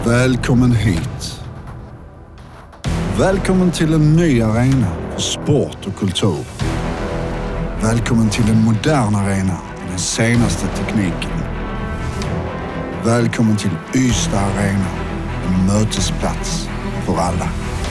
Välkommen hit. Välkommen till en ny arena för sport och kultur. Välkommen till en modern arena med den senaste tekniken. Välkommen till Ystad Arena, en mötesplats för alla.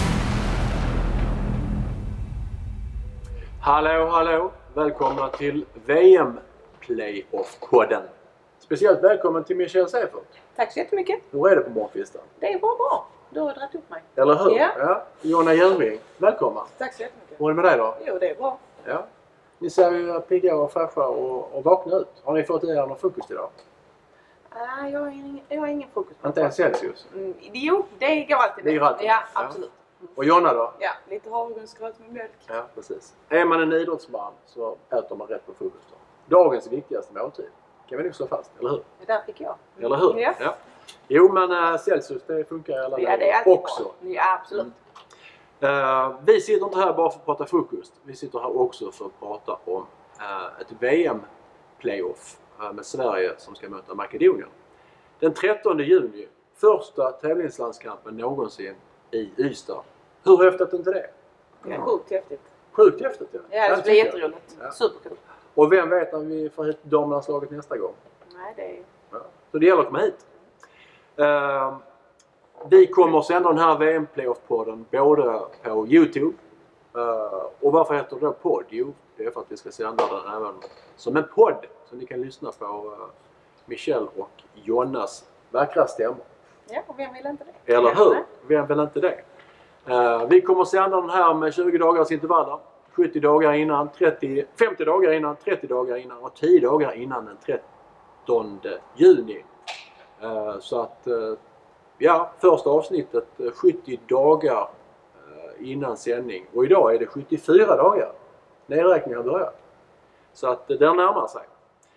Hallå! Välkomna till VM Playoff-podden. Speciellt välkommen till Michelle Seifert. Tack så jättemycket. Hur är det på morgonkvisten? Det är bra. Du har dragit upp mig. Eller hur? Ja. Jonna Järnving, välkommen. Tack så jättemycket. Hur är det med dig då? Jo, det är bra. Ja. Ni ser ju pigga och fräscha och vakna ut. Har ni fått i er någon frukost idag? Nej, jag har ingen fokus på Inte ens Celsius? Jo, det går alltid. Det är alltid. Ja, absolut. Och Jonna då? Ja, lite havregrynsgröt med mjölk. Ja, precis. Är man en idrottsman så äter man rätt på frukosten. Dagens viktigaste måltid. Kan vi nog slå fast, eller hur? Det där fick jag. Eller hur? Ja. Jo, men Celsius det funkar i alla Ja, det är alltid också. bra. Ja, absolut. Vi sitter inte här bara för att prata frukost. Vi sitter här också för att prata om ett VM-playoff med Sverige som ska möta Makedonien. Den 13 juni, första tävlingslandskampen någonsin i Ystad. Hur häftigt är inte det? Det är sjukt häftigt. Sjukt häftigt, ja. Ja, det blir jätteroligt. Ja. Superkul. Och vem vet när vi får hit damlandslaget nästa gång? Nej, det är... Ja. Så det gäller att komma hit. Vi kommer sända den här VM-playoff-podden både på YouTube. Och varför heter det då podd? Jo, det är för att vi ska sända den även som en podd. Så ni kan lyssna på Michelle och Jonas vackra stämmor. Ja, och vem vill inte det? Eller hur? Vem vill inte det? Vi kommer sända den här med 20 dagars intervaller. 70 dagar innan, 50 dagar innan, 30 dagar innan och 10 dagar innan den 13 juni. Så att, första avsnittet 70 dagar innan sändning. Och idag är det 74 dagar. Nedräkningen har börjat. Så att den närmar sig.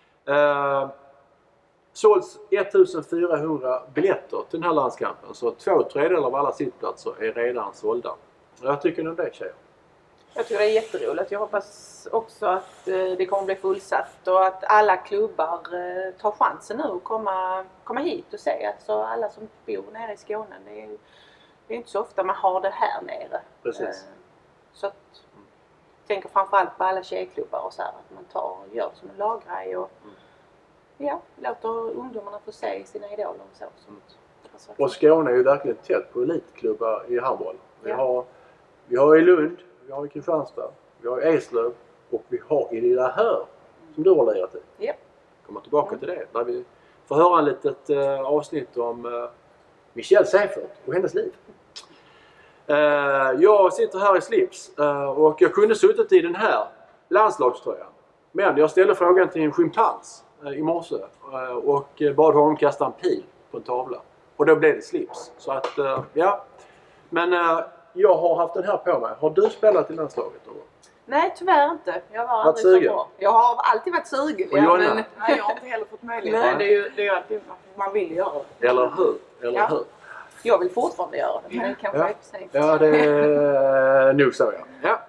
Sålts 1400 biljetter till den här landskampen. Så 2/3 av alla sittplatser är redan sålda. Jag tycker nog det, tjejer. Jag tycker det är jätteroligt. Jag hoppas också att det kommer bli fullsatt och att alla klubbar tar chansen nu och komma hit och se. Alltså alla som bor nere i Skåne, det är inte så ofta man har det här nere. Precis. Så att, jag tänker framförallt på alla tjejklubbar och så här, att man gör som en laggrej och låter ungdomarna få se sina idoler och så. Och Skåne är ju verkligen tätt på elitklubbar i handboll. Vi har i Lund, vi har i Kristianstad, vi har i Eslöv och vi har i Lilla Hör som du har lirat i. Ja. Kommer tillbaka till det. Där vi får höra en litet avsnitt om Michelle Seifert och hennes liv. Jag sitter här i slips och jag kunde suttit i den här landslagströjan. Men jag ställde frågan till en schimpans i morse och bad honom kasta en pil på en tavla. Och då blev det slips. Så att, Men jag har haft den här på mig. Har du spelat i landslaget någon gång? Nej, tyvärr inte. Jag var aldrig sugen? så bra. Jag har alltid varit sugen. Och Jonna? Nej, jag har inte heller fått möjlighet. Nej, det är ju alltid man vill göra det. Eller hur? Jag vill fortfarande göra det, men det kanske är för sent. Ja, det är nog så, ja.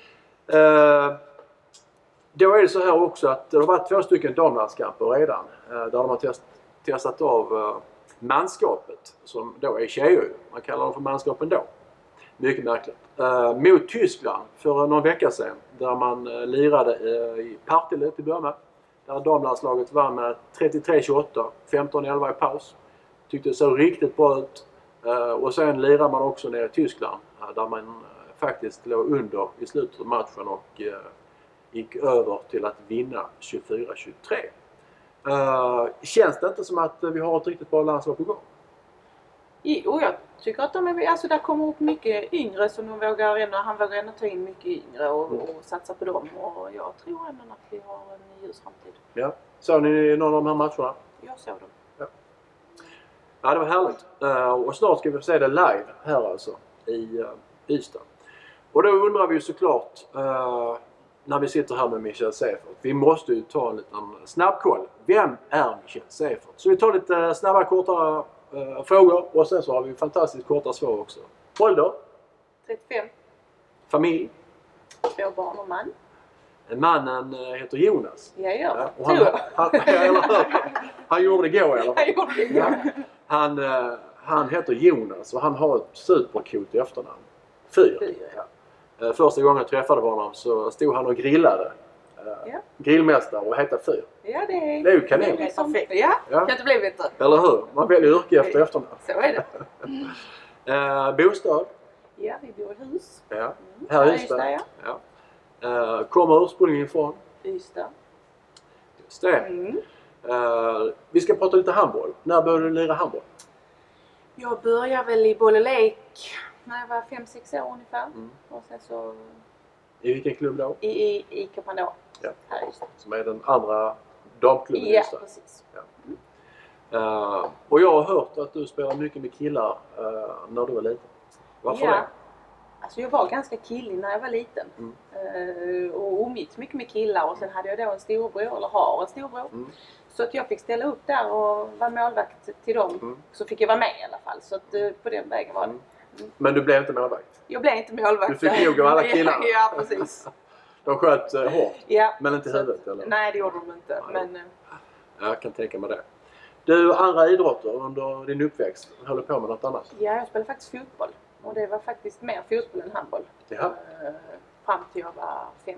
Då är det så här också att det har varit 2 stycken damlandskamper redan. Där de har testat av manskapet som då är tjejer. Man kallar dem för manskapen då. Mycket märkligt. Mot Tyskland för någon vecka sedan. Där man lirade i Partille till början med. Där damlandslaget vann med 33-28. 15-11 i paus. Tyckte det såg riktigt bra ut. Och sen lirade man också ner i Tyskland. Där man faktiskt låg under i slutet av matchen och gick över till att vinna 24-23. Känns det inte som att vi har ett riktigt bra landslag på gång? Jo, jag tycker att där kommer upp mycket yngre så han vågar ändå ta in mycket yngre och satsa på dem. Och jag tror ändå att vi har en ljus framtid. Ja. Såg ni någon av de här matcherna? Jag såg dem. Ja, det var härligt. Och snart ska vi se det live här alltså i Ystad. Och då undrar vi ju såklart när vi sitter här med Michelle Seifert. Vi måste ju ta en liten snabbkoll. Vem är Michelle Seifert? Så vi tar lite snabba, korta frågor och sen så har vi fantastiskt korta svar också. Ålder? 35. Familj? 2 barn och man. Mannen heter Jonas. Jag gör det. Och han gjorde det igår i alla fall. Han gjorde det igår. Han heter Jonas och han har ett supercoolt efternamn. Fyr. Ja. Första gången jag träffade honom så stod han och grillade. Grillmästare och hette Fyr. Ja, det är ju kanon. Det är perfekt. Ja, kan inte bli bättre. Eller hur? Man väljer yrke efter efternamn. Så är det. Bostad. Ja, vi bor i hus. Ja. Här i Ystad. Ja. Kommer ursprungligen från? Ystad. Just det. Vi ska prata lite handboll. När började du lira handboll? Jag började väl i boll och lek när jag var 5-6 år ungefär. Och sen så... I vilken klubb då? I ICA Pandora. Ja. Här i Ystad. Som är den andra damklubben i Ystad. Ja, precis. Ja. Och jag har hört att du spelar mycket med killar när du var liten. Varför det? Alltså jag var ganska killig när jag var liten. Och umgicks mycket med killar. Och sen hade jag då en storbror, eller har en storbror. Så att jag fick ställa upp där och vara målvakt till dem. Så fick jag vara med i alla fall. Så att på den vägen var det. Men du blev inte målvakt? Jag blev inte målvakt. Du fick nog av alla killarna? Ja, precis. De sköt hårt? Ja. Men inte huvudet eller? Nej, det gjorde de inte. Nej. Men, jag kan tänka mig det. Du, andra idrotter under din uppväxt, håller på med något annat? Ja, jag spelade faktiskt fotboll. Och det var faktiskt mer fotboll än handboll. Fram till jag var 15-16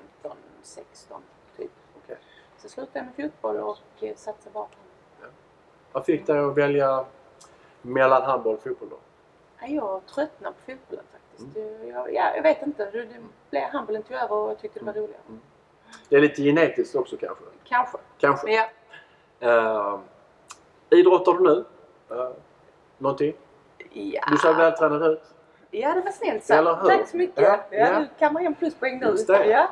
typ. Okay. Så slutade jag med fotboll och satsade bara på handboll. Vad fick dig att välja mellan handboll och fotboll då? Ja, jag tröttnade på fotbollen faktiskt. Jag vet inte. Det blev handbollen till över och jag tyckte det var roligare. Det är lite genetiskt också kanske? Kanske. Ja. Idrottar du nu? Någonting? Ja. Du ser vältränad ut. Ja, det var snällt sagt. Tack så mycket. Ja. Nu kan man ge en pluspoäng nu. Ja.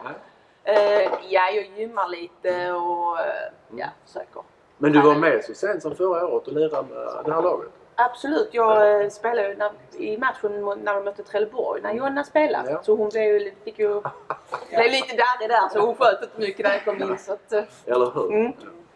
Jag gymmar lite och försöker. Men du var med så sent som förra året och lirade med det här laget? Absolut. Jag spelade ju i matchen när de mötte Trelleborg, när Jonna spelade. Ja. Så hon blev lite darrig där, så hon sköt inte mycket när jag kom in. Så att, eller hur?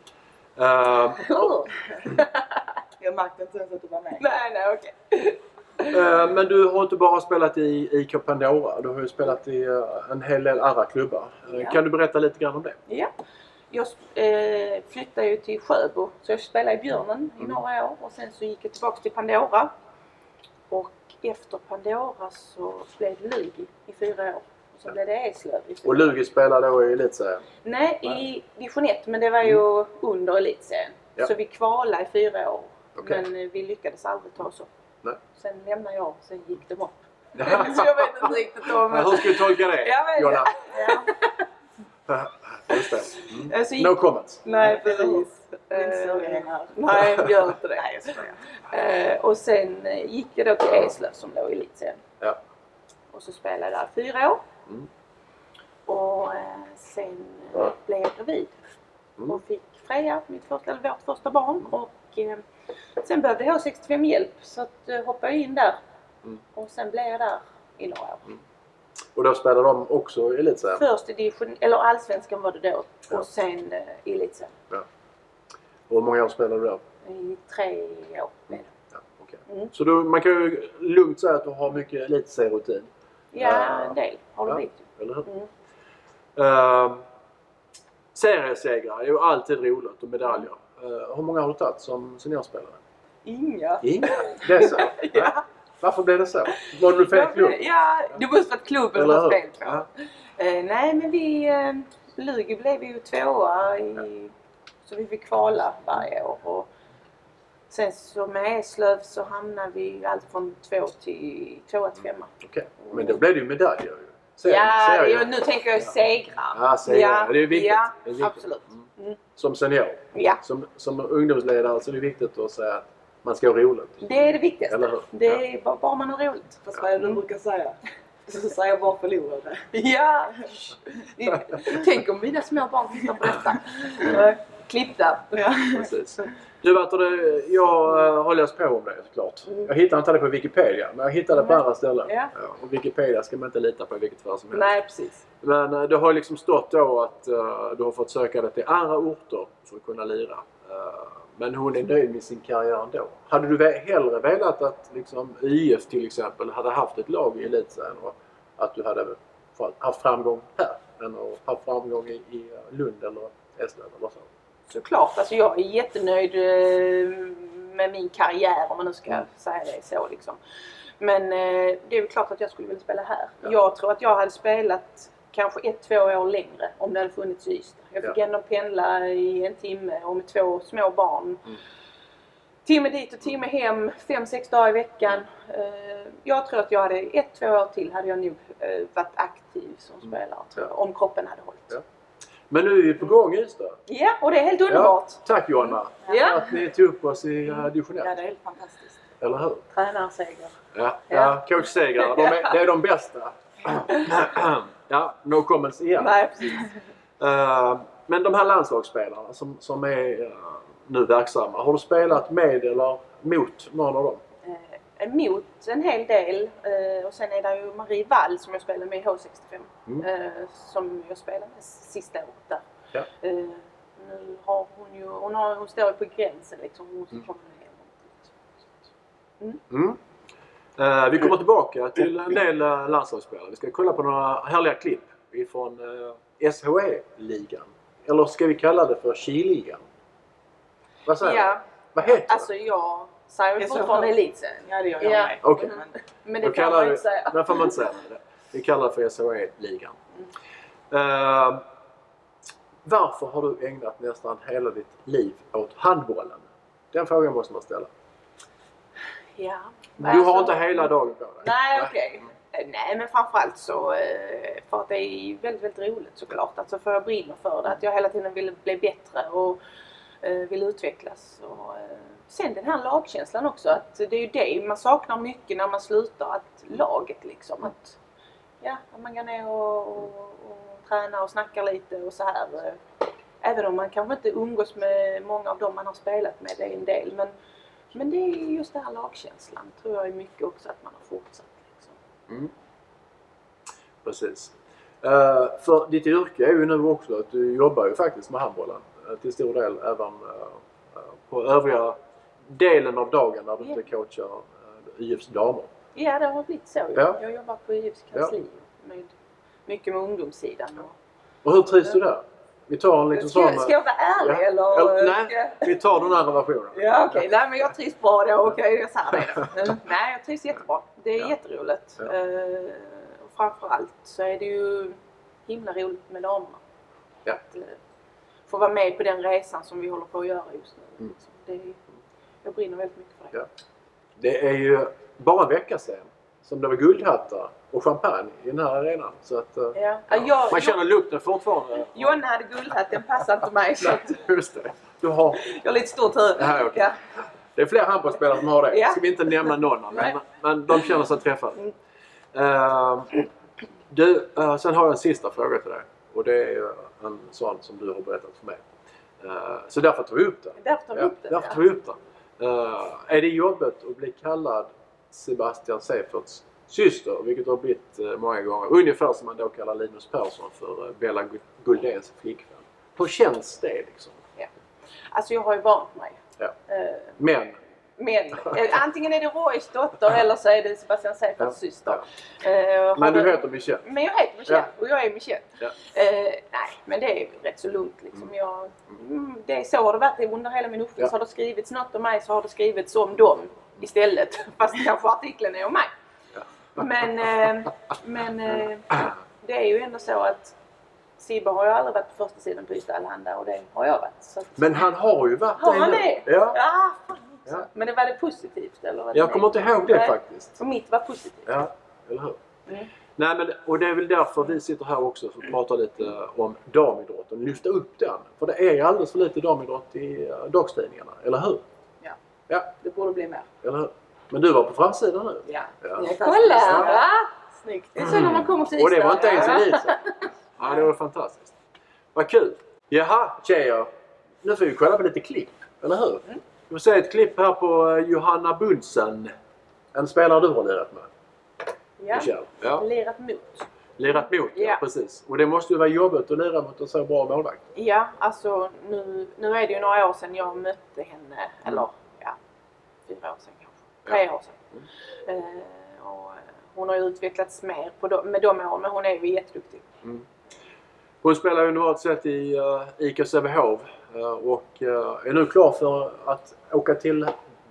Jag märkte inte ens att du var med. Nej, okej. Men du har inte bara spelat i ICA Pandora, du har ju spelat i en hel del andra klubbar. Kan du berätta lite grann om det? Ja. Jag flyttade ju till Sjöbo, så jag spelade i Björnen i några år och sen så gick jag tillbaka till Pandora. Och efter Pandora så blev det Lugi i 4 år. Och så blev det Eslöv i 4 år. Och Lugi spelade då i elitserien? Nej, i division 1, men det var ju under elitserien. Ja. Så vi kvalade i 4 år. Okay. Men vi lyckades aldrig ta oss upp. Nej. Sen lämnade jag, sen gick de upp. Så jag vet inte riktigt om... Hur ska vi tolka det, Jonna? Just det. Alltså, no comments. Nej, precis. Nej, gör inte det. Nej, jag skojar. Och sen gick jag då till Eslöv som låg i elitserien. Ja. Och så spelade jag där 4 år. Och sen blev jag gravid. Och fick Freja, vårt första barn. Och sen behövde jag ha 65 hjälp. Så att, hoppade jag in där. Och sen blev jag där i några år. Och då spelade de också i elitserien? Först i division, eller allsvenskan var det då. Ja. Och sen i elitserien. Ja. Och hur många år spelade du då? I 3 år. Ja, okay. Så man kan ju lugnt säga att du har mycket elitserierutin? Ja, en del har du blivit. Eller hur? Seriesegrar är ju alltid roligt och medaljer. Hur många har du tagit som seniorspelare? Inga. Det är så? Ja. Varför blev det så? Var du fel klubb? Ja, det måste varit klubben du har spelat på. Nej, men Lugi blev ju 2:a så vi fick kvala varje år. Och sen så med Eslöv så hamnade vi allt från 2 till 5. Okej, men då blev det ju medaljer ju. Nu tänker jag segrar. Ja, segrar. Det är viktigt. Ja, det är viktigt. Absolut. Som senior. Ja. Som ungdomsledare så är det viktigt att säga att man ska ha roligt. Det är det viktigaste. Eller hur? Det är bara man har roligt. Fast vad är det du brukar säga? Så säger jag bara förlorade. Ja. Tänk om mina små barn tittar på detta. Klippta. Ja. Precis. Du jag har läst på om det såklart. Jag hittade inte det på Wikipedia, men jag hittade det på andra ställen. Ja. Och Wikipedia ska man inte lita på i vilket fall som helst. Nej, precis. Men det har liksom stått då att du har fått söka dig till andra orter för att kunna lira. Men hon är nöjd med sin karriär ändå. Hade du hellre velat att liksom IF till exempel hade haft ett lag i elitserien och att du hade haft framgång här än att ha framgång i Lund eller Eslöv eller så? Såklart, alltså jag är jättenöjd med min karriär, om man nu ska säga det så liksom. Men det är väl klart att jag skulle vilja spela här. Ja. Jag tror att jag hade spelat kanske 1-2 år längre om det hade funnits i Ystad. Jag fick ändå pendla i 1 timme och med 2 små barn. Timme dit och timme hem, 5-6 dagar i veckan. Jag tror att jag hade 1-2 år till hade jag nog varit aktiv som spelare, tror jag, om kroppen hade hållit. Ja. Men nu är vi på gång i Ystad. Ja, och det är helt underbart. Ja, tack Johanna Ja. att ni tog upp oss i division 1. Ja, det är helt fantastiskt. Eller hur? Tränarseger. Ja, coachsegrarna, det är de bästa. Ja, no comments igen. Nej, precis. Men de här landslagsspelarna som är nu verksamma, har du spelat med eller mot någon av dem? Mot en hel del. Och sen är det ju Marie Wall som jag spelar med i H65. Som jag spelar med sista året där. Ja. Nu har hon ju, hon står ju på gränsen liksom. Hon ska komma hem. Vi kommer tillbaka till en del landslagsspelare. Vi ska kolla på några härliga klipp ifrån SHE-ligan. Eller ska vi kalla det för Kiligan? Vad säger du? Vad heter det? Alltså jag säger väl fortfarande elitserien. Ja, det gör jag med. Okej. Men det kan man inte säga. Det får man inte säga. Vi kallar det för SHE-ligan. Varför har du ägnat nästan hela ditt liv åt handbollen? Den frågan måste man ställa. Ja. Du har inte hela dagen på dig. Nej, okej. Nej, men framförallt så för att det är väldigt, väldigt roligt såklart. Alltså för jag brinner för det. Att jag hela tiden vill bli bättre och vill utvecklas. Och, sen den här lagkänslan också. Att det är ju det man saknar mycket när man slutar. Att laget liksom. Att man går ner och tränar och snackar lite och så här. Även om man kanske inte umgås med många av dem man har spelat med. Det är en del. Men det är just den här lagkänslan. Tror jag är mycket också att man har fortsatt. Precis. För ditt yrke är ju nu också att du jobbar ju faktiskt med handbollen till stor del även på övriga delen av dagen när du inte coachar IFs damer. Ja, det har blivit så. Ja. Jag jobbar på IFs kansli mycket med ungdomssidan. Och hur trivs du där? Vi tar en liksom sån... Ska jag vara ärlig eller? Nej, vi tar den andra versionen. Ja, okej. Nej, men jag trivs bra då. Okej, jag säger det. Nej, jag trivs jättebra. Det är jätteroligt. Ja. Och framförallt så är det ju himla roligt med damerna. Ja. Att få vara med på den resan som vi håller på att göra just nu. Jag brinner väldigt mycket för det. Ja. Det är ju bara en vecka sedan som det var guldhattar och champagne i den här arenan. Så att, man känner lukten fortfarande. Jonna hade guldhatt, den passar inte mig. Så just det. Jag har lite stort huvud. Okay. Det är fler handbollsspelare som har det. Ja. Ska vi inte nämna någon, men de känner sig träffade. Sen har jag en sista fråga till dig. Och det är en sån som du har berättat för mig. Så därför tar vi upp den. Därför tar vi upp den. Är det jobbet att bli kallad Sebastian Seiferts syster, vilket har blivit många gånger. Ungefär som man då kallar Linus Persson för Bella Guldéns flickvän. Hur känns det liksom? Ja. Alltså jag har ju vant mig. Ja. Men antingen är det Roys dotter eller så är det Sebastian Seiferts syster. Men du heter Michelle. Men jag heter Michelle och jag är Michelle. Ja. Nej, men det är rätt så lugnt liksom. Det är så har det varit under hela min uppväxt. Har det skrivits något om mig så har det skrivits om dem istället. Fast kanske artikeln är om mig. Ja. Men det är ju ändå så att Sibbe har ju aldrig varit på första sidan på Ystad Allehanda och det har jag varit. Så att, men han har ju varit har han det? Ja. Men det var det positivt eller? Var det jag kommer inte ihåg det faktiskt. För mitt var positivt. Ja, eller hur? Nej, men, och det är väl därför vi sitter här också för att prata lite om damidrotten. Lyfta upp den. För det är ju alldeles för lite damidrott i dagstidningarna, eller hur? Ja. Det borde bli mer. Eller hur? Men du var på framsidan nu. Ja. Kolla! Snyggt. Det är så när man kommer till Ystad. Och det var inte ens elitsen. Ja, det var fantastiskt. Vad kul. Jaha, tjejer. Nu får vi kolla på lite klipp, eller hur? Du får se ett klipp här på Johanna Bunsen. En spelare du har lirat med. Ja, lirat mot. Ja, precis. Och det måste ju vara jobbigt att lira mot en så bra målvakt. Ja, alltså nu är det ju några år sedan jag mötte henne. Eller 4 år sedan kanske. 3 år sedan. Och hon har ju utvecklats mer med de åren, men hon är ju jätteduktig. Hon spelar ju normalt sett i IK Sävehof och är nu klar för att åka till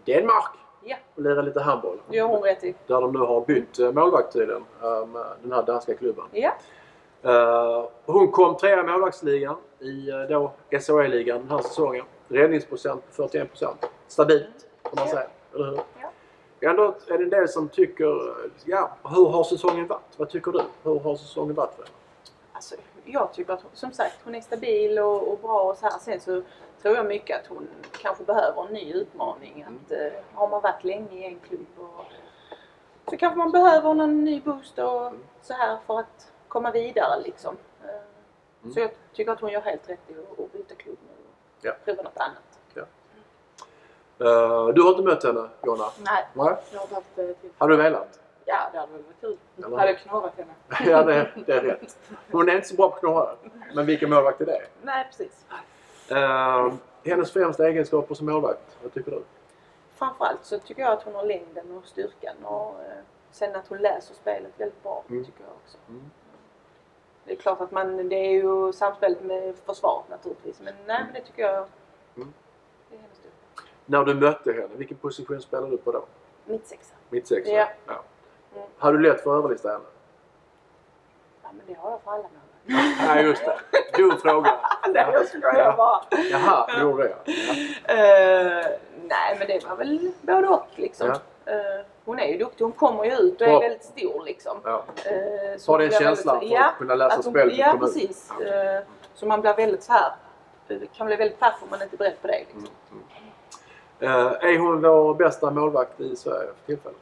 Danmark. Ja, Och lirar lite handboll. det gör hon rätt i. Där de nu har bytt målvakt tydligen. Med den här danska klubben. Ja. Hon kom 3 i målvaktsligan i då SHE-ligan den här säsongen. Räddningsprocent 41%. Stabilt kan man säga. Eller hur? Ja. Ändå är det en del som tycker, hur har säsongen varit? Vad tycker du? Hur har säsongen varit för henne? Alltså, jag tycker att som sagt hon är stabil och bra och så här. Sen så tror jag mycket att hon kanske behöver en ny utmaning. Att har man varit länge i en klubb så kanske man behöver någon ny boost och så här för att komma vidare liksom. Så jag tycker att hon gör helt rätt i att byta klubb nu och prova något annat. Du har inte mött henne, Jonna? Nej. Jag har inte haft till. Har du velat? Ja, det hade väl varit kul. Eller? Jag hade knorrat henne. Ja, det är rätt. Hon är inte så bra på knorrar. Men vilken målvakt är det? Nej, precis. Hennes främsta egenskaper som målvakt, vad tycker du? Framförallt så tycker jag att hon har längden och styrkan och sen att hon läser spelet väldigt bra tycker jag också. Det är klart att det är ju samspelet med försvaret naturligtvis, men nej, men det tycker jag det är hennes styrka. När du mötte henne, vilken position spelade du på då? Mittsexa. Mittsexa? Ja. Har du lätt för att överlista henne? Ja, men det har jag för alla månader. Nej, just det. Dum fråga. Nej, jag skojar bara. Jaha, det gjorde jag. Nej, men det var väl både och liksom. Ja. Hon är ju duktig, hon kommer ju ut och är väldigt stor liksom. Ja. Så Har det en känsla för att kunna läsa spelet? Ja, precis. Så man blir väldigt så här. Det kan bli väldigt paff om man inte är beredd på det liksom. Är hon vår bästa målvakt i Sverige för tillfället?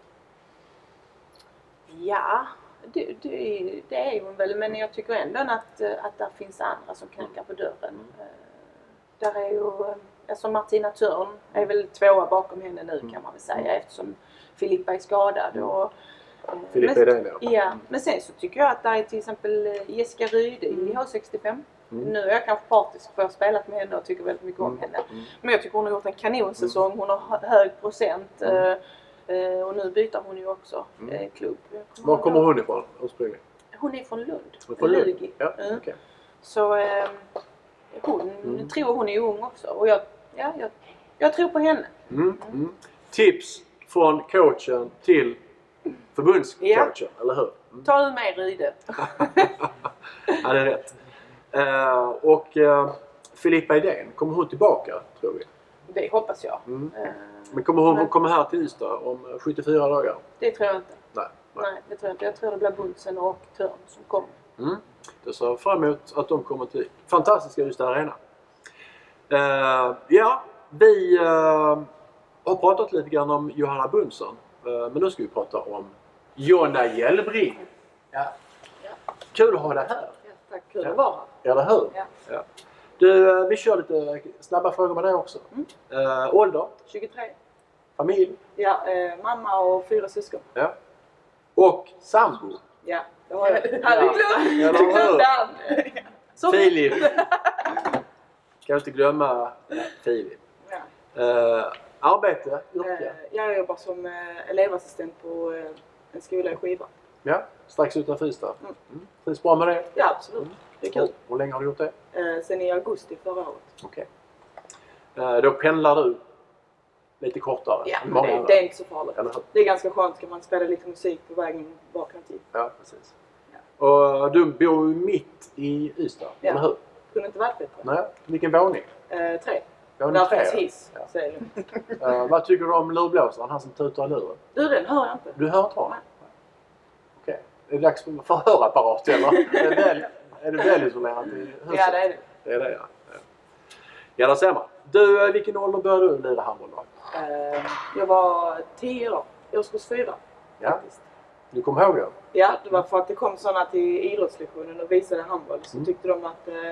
Ja, det är hon väl. Men jag tycker ändå att där finns andra som knackar på dörren. Där är ju, alltså Martina Törn är väl 2 bakom henne nu kan man väl säga. Eftersom Filippa är skadad. Och, Filippa är det. Ja, men sen så tycker jag att det är till exempel Jessica Ryde i H65. Nu är jag kanske partisk för jag har spelat med henne och tycker väldigt mycket om henne. Men jag tycker hon har gjort en kanonsäsong. Hon har hög procent. Och nu byter hon ju också klubb. Var kommer hon ifrån? Hon är från Lund. Från Lund? Lugi. Ja, okay. Så hon är ung också. Och jag tror på henne. Tips från coachen till förbundscoachen, eller hur? Ta du med Ryde. Ja, det är rätt. Och Filippa Idén, kommer hon tillbaka tror vi? Det hoppas jag. Men kommer hon komma här till Ystad om 74 dagar? Det tror jag inte. Nej, det tror jag inte. Jag tror det blir Bunsen och Törn som kommer. Det ser fram emot att de kommer till fantastiska Ystad Arena. Vi har pratat lite grann om Johanna Bunsen. Men nu ska vi prata om Jonna Hjelbring. Ja. Kul att ha dig här. Ja, tack, kul att vara här. Eller hur? Ja. Du, vi kör lite snabba frågor med dig också. Ålder? 23. Familj? Ja, mamma och 4 syskon. Ja. Och sambo? Ja, det har jag. Du glömde han. Filip. Kan inte glömma Filip. Ja. Arbete? Yrke? Jag jobbar som elevassistent på en skola i Skiva. Ja, strax utanför Ystad. Trivs bra med det? Ja, absolut. Det är kul. Hur länge har du gjort det? Sen i augusti förra året. Okej. Då pendlar du lite kortare? Ja, men det är inte så farligt. Eller hur? Det är ganska skönt. Kan man spela lite musik på vägen bakåt till. Ja, precis. Ja. Och du bor ju mitt i Ystad, eller hur? Kunde inte varit bättre. Nej, vilken våning? 3. Våning Där 3? finns hiss. Ja. Vad tycker du om lurblåsaren, han som tutar i luren? Du, den hör jag inte. Du hör inte honom? Okej. Är det dags för hörapparat eller? är det väl isolerat i huset? Ja, det är det. Det är det, ja. Ja, där ser man. Du, vilken ålder började du lira handboll då? Jag var 10 år. I årskurs 4. Ja. Faktiskt. Du kommer ihåg det? Ja, det var för att det kom sådana till idrottslektionen och visade handboll. Så tyckte de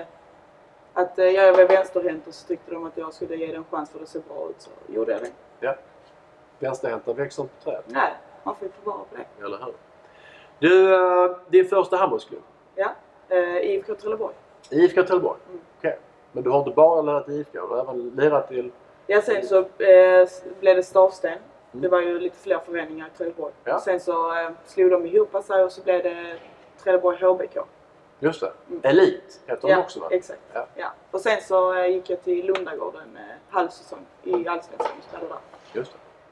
att jag var vänsterhänt och så tyckte de att jag skulle ge den en chans för att det ser bra ut. Så gjorde jag det. Ja. Vänsterhänta växer inte på träd. Nej, man får ju få vara på det. Eller hur? Du, din första handbollsklubb? Ja, IFK Trelleborg. IFK Trelleborg? Okej. Men du har inte bara lirat i IFK, du har även lirat till... Ja, sen så blev det Stavsten. Det var ju lite fler föreningar i Trelleborg. Ja. Sen så slog de ihop sig och så blev det Trelleborg HBK. Just det. Elit heter de också va? Exakt. Ja. Ja. Och sen så gick jag till Lundagården halvsäsong i Allsvenskan och spelade där. Just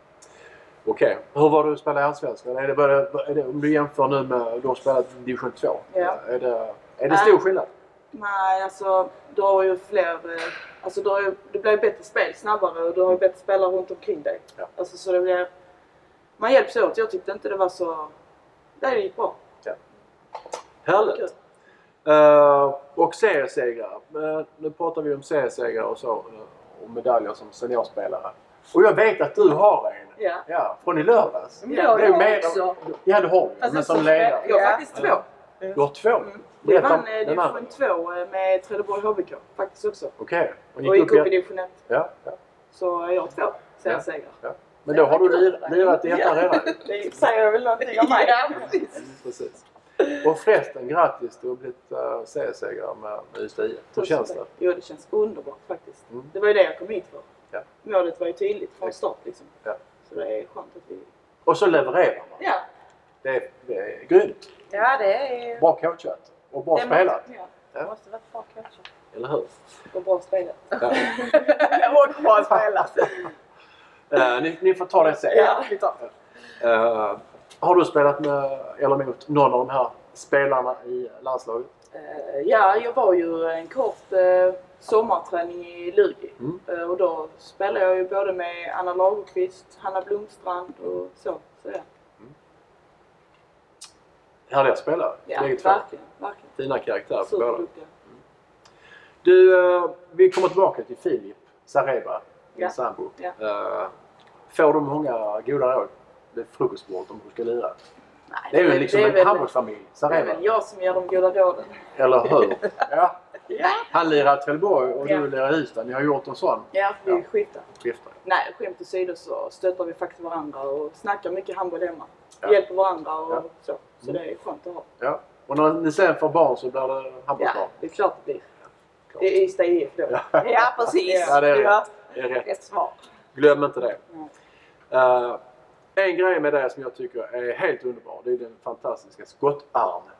Okej. Hur var det att spela i Allsvenskan? Är det, om du jämför nu med du har spelat division 2? Ja. Är det stor skillnad? Nej, alltså du har ju fler... Alltså det blir bättre spel snabbare och du har ju bättre spelare runt omkring dig. Ja. Alltså så det blir... Man hjälps åt. Jag tyckte inte det var så... Det gick bra. Ja. Härligt. Och seriesegrar. Nu pratar vi om seriesegrar och så. Och medaljer som seniorspelare. Och jag vet att du har en. Ja. Ja, från i lördags. Men det har jag också. Ja, det har du. Alltså, Men som som ledare. Jag har Ja. faktiskt 2. Du har 2. Vi vann division 2 med Trelleborg HBK faktiskt också. Okej. Och gick upp i division 1. Ja. Så jag har 2 seriesegrar. Ja. Men då har du lirat i ettan redan. Det säger väl någonting om mig. Ja, precis. Precis. Och förresten, grattis. Du har blivit seriesegrare med Ystad IF. Hur känns det? Jo, det känns underbart faktiskt. Mm. Det var ju det jag kom hit för. Ja. Målet var ju tydligt från start liksom. Ja. Så det är skönt att vi... Och så levererar man. Ja. Det är grymt. Ja, det är... Bra coachat. Och bra spelat. Ja. Det måste vara bra coacher. Eller hur? Och bra spelat. Ja. Och bra spelat. Ni får ta det sen. Ja, vi tar. Har du spelat med eller mot någon av de här spelarna i landslaget? Ja, jag var ju en kort sommarträning i Lugi. Och då spelade jag ju både med Anna Lagerqvist, Hanna Blomstrand och så ja. Härliga spelare. Ja, Läget två. verkligen. Fina karaktärer på båda. Superduktiga. Du, vi kommer tillbaka till Filip Sareba, din Ja. sambo. Ja. Får du många goda råd vid frukostbordet om du ska lira? Nej, Det är ju liksom en handbollsfamilj, det är Sareba. väl jag som ger de goda råden. Eller hur? Ja. Ja. Han lirar i Trelleborg och Ja. du lirar i Ystad. Ni har gjort en sån Ja, vi Ja. skiftar. skifte. Nej, skämt åsido så stöttar vi faktiskt varandra och snackar mycket handboll hemma. Ja. Hjälper varandra och Ja. så. Så det är skönt att ha. Ja. Och när ni sen får barn så blir det Ja, handbollsbarn. det är klart det blir. Det är Ystad IF då. Ja, precis. Ja, det är Ja. rätt. Det är rätt. Rätt svar. Glöm inte det. Nej. En grej med det som jag tycker är helt underbar, det är den fantastiska skottarmen.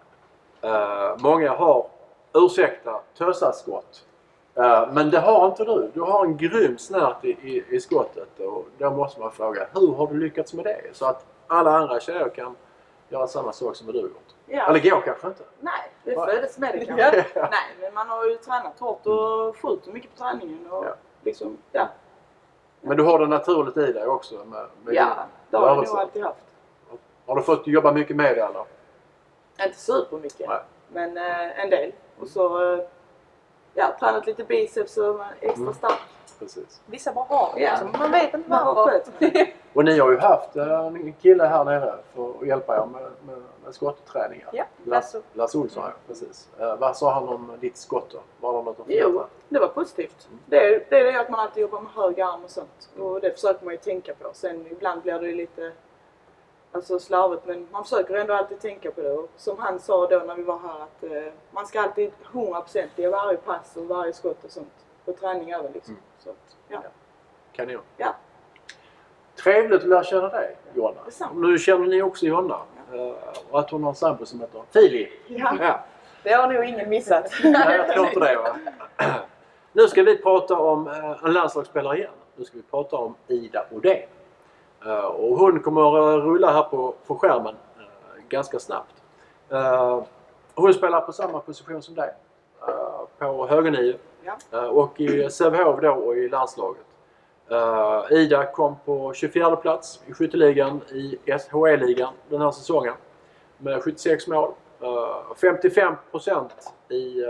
Många har, ursäkta, tösarskott. Men det har inte du. Du har en grym snärt i skottet och då måste man fråga, hur har du lyckats med det? Så att alla andra tjejer kan göra samma sak som du har gjort. Ja. Eller går kanske inte. Nej, det föddes med det Ja. kanske. Nej, men man har ju tränat hårt och skjutit mycket på träningen och Ja. liksom, ja. Men du har det naturligt i dig också med Ja, det har jag rörelse. nog alltid haft. Har du fått jobba mycket med det eller? Inte supermycket, Nej. men en del. Och så, ja, tränat lite biceps och extra stark. Precis. Vissa bara har det. Ja. Liksom. Man vet inte Man har varför. skött. Och ni har ju haft en kille här nere för att hjälpa er med skotträningar. Ja, Lasse Olsson, ja, precis. Vad sa han om ditt skott då? Var det något att Jo, förbättra? det var positivt. Det är det att man alltid jobbar med hög arm och sånt. Och det försöker man ju tänka på. Sen ibland blir det ju lite slarvigt, men man försöker ändå alltid tänka på det. Och som han sa då när vi var här att man ska alltid 100% i varje pass och varje skott och sånt på träning över liksom. Så, ja. Kanon. Ja. Trevligt att lära känna dig, Jonna. Detsamma. Nu känner ni också Jonna. Och att hon har en sambo som heter Filip. Ja. Ja. Det har nog ingen missat. Nej, jag tror inte det, va? Nu ska vi prata om en landslagsspelare igen. Nu ska vi prata om Ida Odén. Och hon kommer att rulla här på skärmen ganska snabbt. Hon spelar på samma position som dig. På högernio. Ja. Och i Sävehof då och i landslaget. Ida kom på 24 plats i skytteligan i SHE-ligan den här säsongen. Med 76 mål. 55% i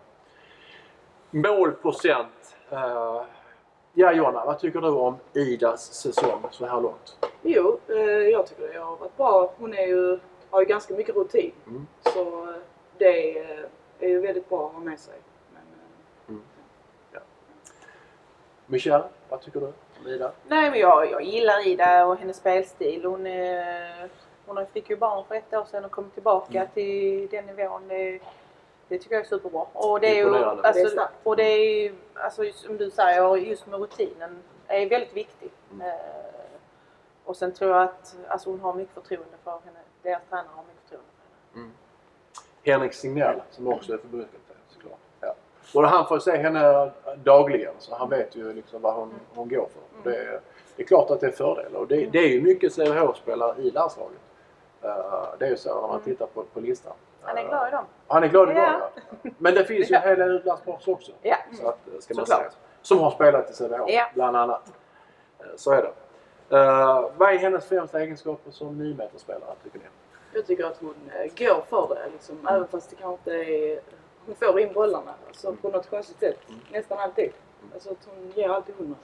målprocent. Ja, Jonna, vad tycker du om Idas säsong så här långt? Jo, jag tycker det har varit bra. Hon har ju ganska mycket rutin. Så det är ju väldigt bra att ha med sig. Men, Ja. Michelle, vad tycker du om Ida? Nej, men jag gillar Ida och hennes spelstil. Hon fick ju barn för 1 år sedan och kom tillbaka till den nivån. Det tycker jag är superbra. Och det är ju, Imponerande. Det är alltså, starkt. och det är ju, alltså, som du säger, just med rutinen är väldigt viktig. Och sen tror jag att hon har mycket förtroende för henne. Deras tränare har mycket förtroende för henne. Henrik Signell, som också är förbundskapten, såklart. Ja. Och han får se henne dagligen så han vet ju liksom vad hon går för. Det är klart att det är fördel och det är ju mycket CVH-spelare i landslaget. Det är ju så när man tittar på listan. Han är glad i dem. Han är glad i dem, ja. Men det finns ju en hel del utlandsproffs också. Ja. Så att, ska man säga. Som har spelat i CVH bland annat. Så är det. Vad är hennes främsta egenskaper som 9-meterspelare tycker ni? Jag tycker att hon går för det liksom, även fast det kanske inte är... Hon får in bollarna alltså, på något konstigt sätt. Nästan alltid. Alltså att hon ger alltid 100.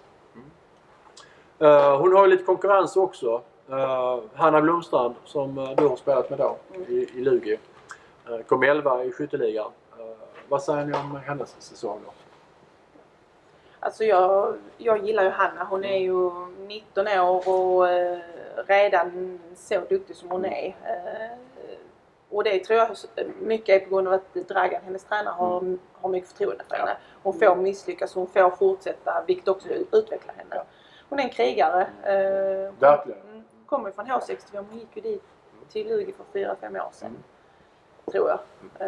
Hon har ju lite konkurrens också. Hanna Blomstrand som du har spelat med då i Lugi. Kom 11 i skytteligan. Vad säger ni om hennes säsong då? Alltså jag gillar ju Hanna. Hon är ju 19 år och redan så duktig som hon är. Och det tror jag mycket är på grund av att Dragan, hennes tränare, har mycket förtroende för henne. Hon får misslyckas, hon får fortsätta, vilket också utvecklar henne. Hon är en krigare. Verkligen. Kommer från H65. Hon gick ju dit till Lugi för 4-5 år sedan. Tror jag.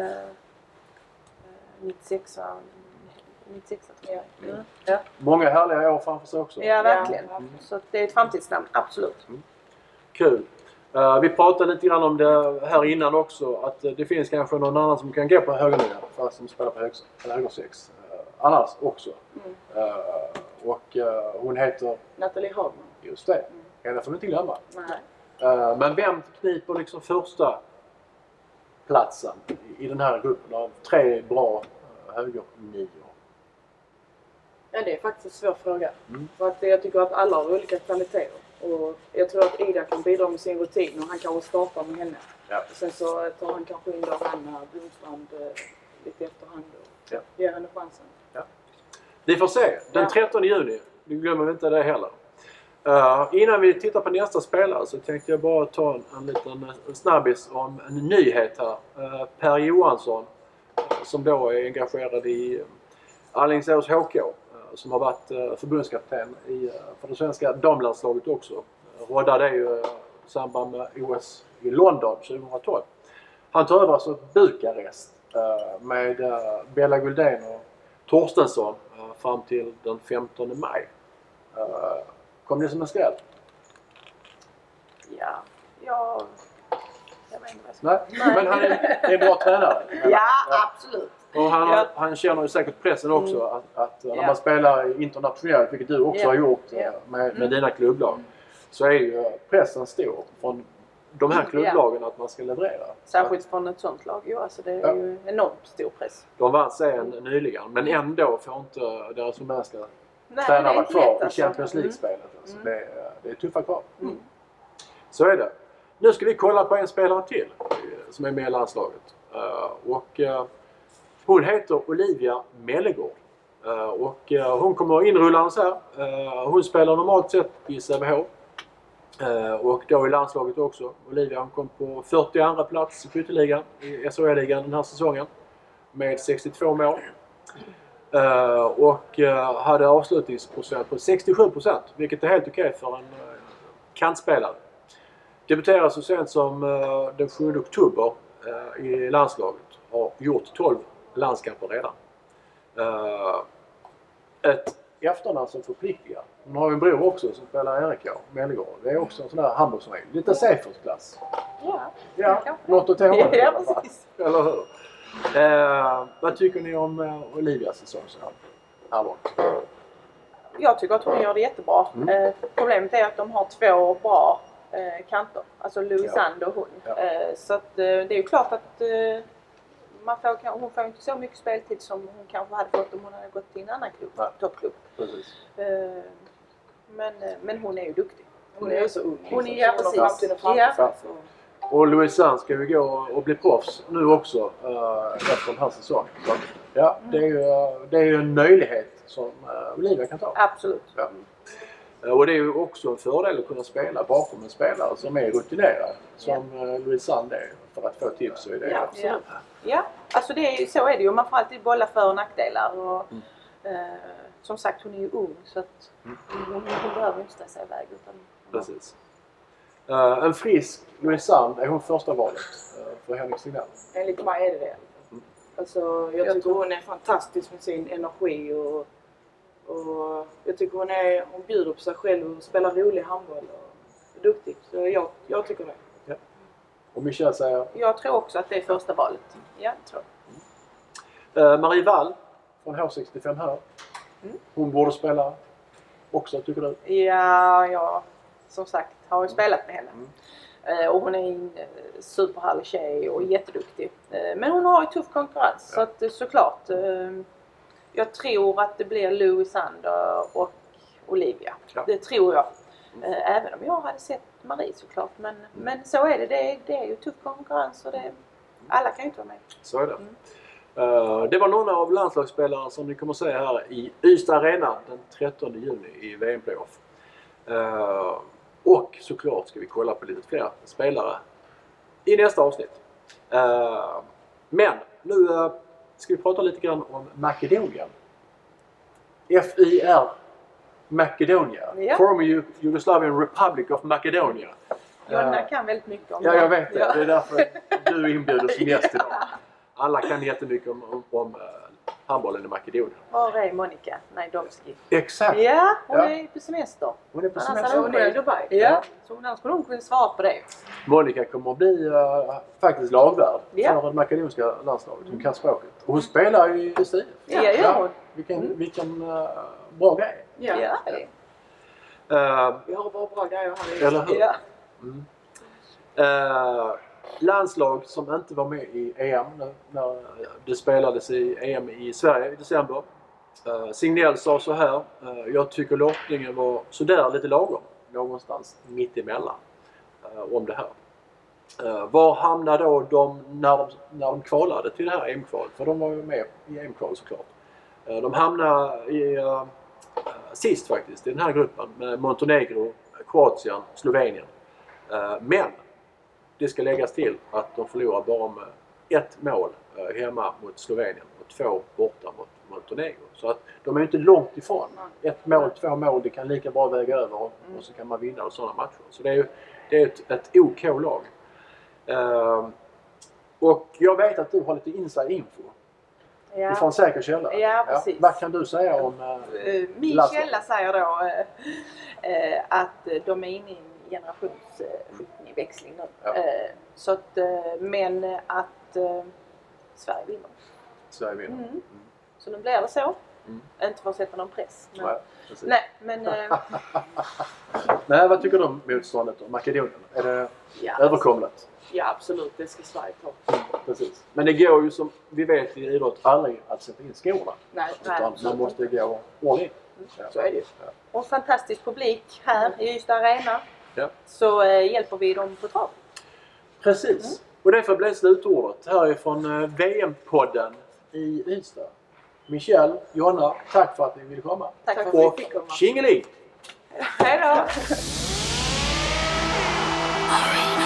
96 tror jag. Ja. Många härliga år framför sig också. Ja, verkligen. Så det är ett framtidsnamn, absolut. Kul. Vi pratade lite grann om det här innan också. Att det finns kanske någon annan som kan gå på högerligan fast som spelar på höger 6. Annars också. Och hon heter... Nathalie Hagman. Just det. Henne får vi inte glömma. Nej. Men vem kniper liksom första platsen i den här gruppen av 3 bra högernior? Ja, det är faktiskt en svår fråga. För att jag tycker att alla har olika kvaliteter. Och jag tror att Ida kan bidra med sin rutin och han kanske startar med henne. Ja. Sen så tar han kanske in då Hanna Blomstrand lite efterhand och ger henne chansen. Ja. Vi får se. Den 13 juni. Vi glömmer inte det heller. Innan vi tittar på nästa spelare så tänkte jag bara ta en liten snabbis om en nyhet här. Per Johansson som då är engagerad i Alingsås HK som har varit förbundskapten för det svenska damlandslaget också. Rådade ju i samband med OS i London 2012. Han tar över alltså Bukarest med Bella Guldén och Torstensson fram till den 15 maj. Kom det som en skräll? Ja, jag vet inte vad jag ska... Nej, men han är en bra tränare. Ja, absolut. Och han känner ju säkert pressen också att när man spelar internationellt, vilket du också har gjort med dina klubblag, så är ju pressen stor från de här klubblagen att man ska leverera. Särskilt från ett sånt lag, alltså det är ju enormt stor press. De vann serien nyligen, men ändå får inte deras rumänska tränare vara kvar i Champions League-spelet. Alltså det är tuffa krav. Så är det. Nu ska vi kolla på en spelare till som är med i landslaget. Hon heter Olivia Mellegård. Hon kommer inrullandes här. Hon spelar normalt sett i CVH. Och då i landslaget också. Olivia hon kom på 42 plats i skytteligan i SHL-ligan den här säsongen. Med 62 mål. Och hade avslutningsprocent på 67%. Vilket är helt okej för en kantspelare. Debuterade så sent som den 7 oktober i landslaget. Har gjort 12 landskamper redan. Ett efternamn som förpliktigar. Hon har ju en bror också som spelar RIK, Mellegård. Det är också en sån där handbollsregel. Lite Seifert-klass. Ja, något åt det hållet i alla fall. Eller hur? Vad tycker ni om Olivias säsong så här långt? Jag tycker att hon gör det jättebra. Problemet är att de har 2 bra kanter. Alltså Louisander och hon. Så att, det är ju klart att hon får inte så mycket speltid som hon kanske hade fått om hon hade gått till en annan klubb, toppklubb. Men hon är ju duktig. Hon är ju så ung. Hon är precis. Och Louisanne ska ju gå och bli proffs nu också efter den här säsongen. Så, det är ju en möjlighet som Olivia kan ta. Absolut. Ja. Och det är ju också en fördel att kunna spela bakom en spelare som är rutinerad. Som Louisanne är. För att få tips så är det absolut. Ja, alltså så är det ju. Man får alltid bolla för- och nackdelar. Och, som sagt, hon är ju ung så att hon behöver inte ställa sig iväg. Precis. En frisk Louisanne är hon första valet för Henrik Signell. Enligt mig är det. Alltså, jag tycker hon är fantastisk med sin energi och jag tycker hon bjuder på sig själv och spelar rolig handboll och är duktig. Så jag tycker det. Ja. Och Michelle säger? Jag tror också att det är första valet. Ja, jag tror. Marie Wall från H65 här. Hon borde spela också, tycker du? Ja, jag som sagt har ju spelat med henne. Och hon är en superhärlig tjej och jätteduktig. Men hon har ju tuff konkurrens. Så att såklart. Jag tror att det blir Louisander och Olivia. Ja. Det tror jag. Även om jag hade sett Marie såklart. Men så är det. Det är ju tuff konkurrens och alla kan ju inte vara med. Så är det. Det var några av landslagsspelarna som ni kommer att se här i Ystad Arena den 13 juni i VM-playoff. Och såklart ska vi kolla på lite fler spelare i nästa avsnitt. Men nu ska vi prata lite grann om Makedonien. FIR Makedonia. Ja. Former Yugoslavian Republic of Macedonia. Jonna kan väldigt mycket om det. Ja, jag vet det. Ja. Det är därför du är inbjuden som gäst idag. Alla kan jättemycket om handbollen i Makedonien. Var är Monica Najdovski? Exakt. Ja, hon är på semester. Hon är på semester. Hon är i Dubai. Ja, så hon skulle kunna svara på det. Monica kommer att bli faktiskt lagvärd för det makedonska landslaget. Hon kan språket. Och hon spelar ju i SIF. Ja, gör hon. Vilken bra grej. Ja. Vi har bara bra grejer här i eller hur? Ja. Landslag som inte var med i EM när det spelades i EM i Sverige i december. Signell sa så här: jag tycker lottningen var sådär lite lagom. Någonstans mitt emellan om det här. Var hamnade då de när de kvalade till det här EM-kvalet? För de var ju med i EM-kvalet såklart. De hamnade i sist faktiskt i den här gruppen med Montenegro, Kroatien, Slovenien. Men det ska läggas till att de förlorar bara med 1 mål hemma mot Slovenien och 2 borta mot Montenegro. Så att de är inte långt ifrån. 1 mål, 2 mål, det kan lika bra väga över och så kan man vinna sådana matcher. Så det är ett OK-lag. Och jag vet att du har lite inside info. Ja. Ifrån säker källa. Ja, precis. Vad kan du säga om min källa säger då att de är inne i en generationsväxling nu. Ja. Så att, men att Sverige vinner. Sverige vinner. Så nu blir det så. Inte för att sätta någon press. Men, Nej, vad tycker du om motståndet och Makedonien? Är det överkomligt? Ja, absolut. Det ska Sverige ta. Precis. Men det går ju som vi vet i idrott aldrig att sätta in skorna. Nej, man måste gå all in. Så är det ju. Ja. Och fantastisk publik här i Ystad Arena. Ja. Så hjälper vi dem på trav. Precis. Och därför blev slutordet härifrån VM-podden i Ystad. Michelle, Jonna, tack för att ni ville komma. Tack för att vi fick komma. Tjingeling! Hej då!